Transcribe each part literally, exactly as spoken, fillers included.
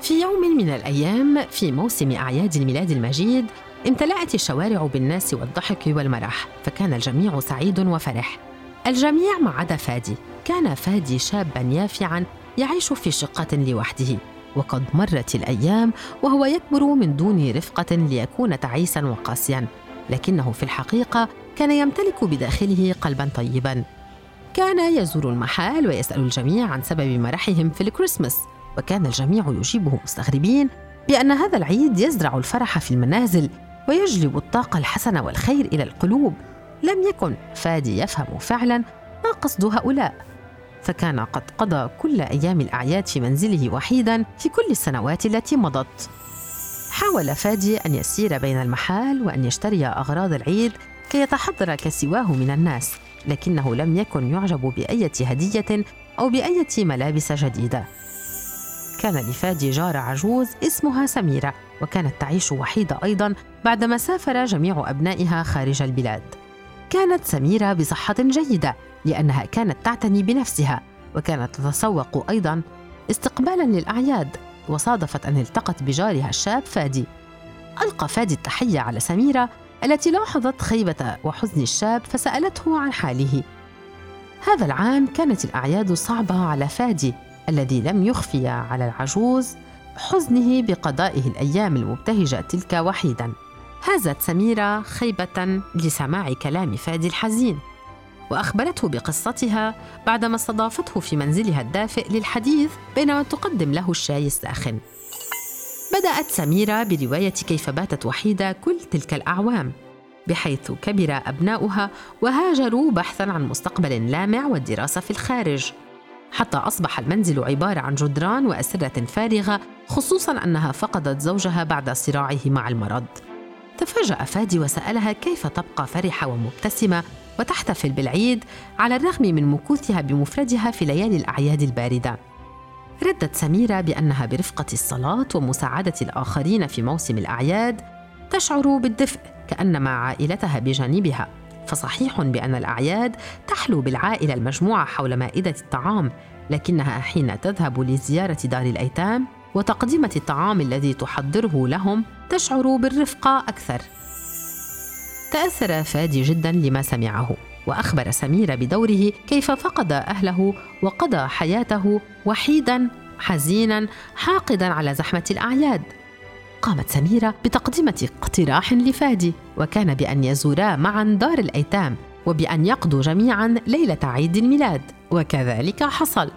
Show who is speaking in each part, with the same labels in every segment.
Speaker 1: في يوم من الأيام في موسم أعياد الميلاد المجيد امتلأت الشوارع بالناس والضحك والمرح، فكان الجميع سعيد وفرح، الجميع ما عدا فادي. كان فادي شاباً يافعاً يعيش في شقة لوحده، وقد مرت الأيام وهو يكبر من دون رفقة ليكون تعيساً وقاسياً، لكنه في الحقيقة كان يمتلك بداخله قلباً طيباً. كان يزور المحال ويسأل الجميع عن سبب مرحهم في الكريسماس، وكان الجميع يجيبه مستغربين بأن هذا العيد يزرع الفرح في المنازل ويجلب الطاقة الحسنة والخير إلى القلوب. لم يكن فادي يفهم فعلاً ما قصد هؤلاء، فكان قد قضى كل أيام الأعياد في منزله وحيداً في كل السنوات التي مضت. حاول فادي أن يسير بين المحال وأن يشتري أغراض العيد كي يتحضر كسواه من الناس، لكنه لم يكن يعجب بأية هدية أو بأية ملابس جديدة. كان لفادي جارة عجوز اسمها سميرة، وكانت تعيش وحيدة أيضاً بعدما سافر جميع أبنائها خارج البلاد. كانت سميرة بصحة جيدة لأنها كانت تعتني بنفسها، وكانت تتسوق أيضاً استقبالاً للأعياد، وصادفت أن التقت بجارها الشاب فادي. ألقى فادي التحية على سميرة التي لاحظت خيبة وحزن الشاب فسألته عن حاله. هذا العام كانت الأعياد صعبة على فادي الذي لم يخفي على العجوز حزنه بقضائه الأيام المبتهجة تلك وحيداً. هازت سميرة خيبة لسماع كلام فادي الحزين، وأخبرته بقصتها بعدما استضافته في منزلها الدافئ للحديث بينما تقدم له الشاي الساخن. بدأت سميرة برواية كيف باتت وحيدة كل تلك الأعوام، بحيث كبر أبناؤها وهاجروا بحثاً عن مستقبل لامع والدراسة في الخارج، حتى أصبح المنزل عبارة عن جدران وأسرة فارغة، خصوصاً أنها فقدت زوجها بعد صراعه مع المرض. تفاجأ فادي وسألها كيف تبقى فرحة ومبتسمة وتحتفل بالعيد على الرغم من مكوثها بمفردها في ليالي الأعياد الباردة. ردت سميرة بأنها برفقة الصلاة ومساعدة الآخرين في موسم الأعياد تشعر بالدفء كأنما عائلتها بجانبها، فصحيح بأن الأعياد تحلو بالعائلة المجموعة حول مائدة الطعام، لكنها حين تذهب لزيارة دار الأيتام وتقديم الطعام الذي تحضره لهم تشعر بالرفقة أكثر. تأثر فادي جداً لما سمعه، وأخبر سميرة بدوره كيف فقد أهله وقضى حياته وحيداً حزيناً حاقداً على زحمة الأعياد. قامت سميرة بتقديم اقتراح لفادي، وكان بأن يزورا معاً دار الأيتام وبأن يقضوا جميعاً ليلة عيد الميلاد، وكذلك حصل.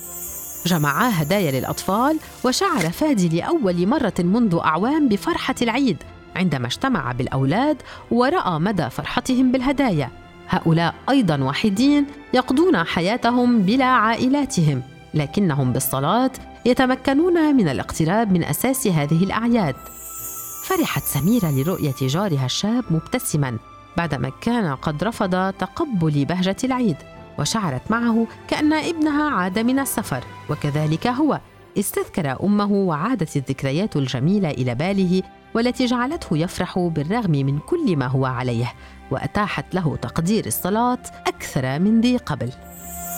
Speaker 1: جمعا هدايا للأطفال، وشعر فادي لأول مرة منذ أعوام بفرحة العيد عندما اجتمع بالأولاد ورأى مدى فرحتهم بالهدايا. هؤلاء أيضاً وحيدين يقضون حياتهم بلا عائلاتهم، لكنهم بالصلاة يتمكنون من الاقتراب من أساس هذه الأعياد. فرحت سميرة لرؤية جارها الشاب مبتسماً بعدما كان قد رفض تقبل بهجة العيد، وشعرت معه كأن ابنها عاد من السفر، وكذلك هو استذكر أمه وعادت الذكريات الجميلة إلى باله والتي جعلته يفرح بالرغم من كل ما هو عليه، وأتاحت له تقدير الصلاة أكثر من ذي قبل.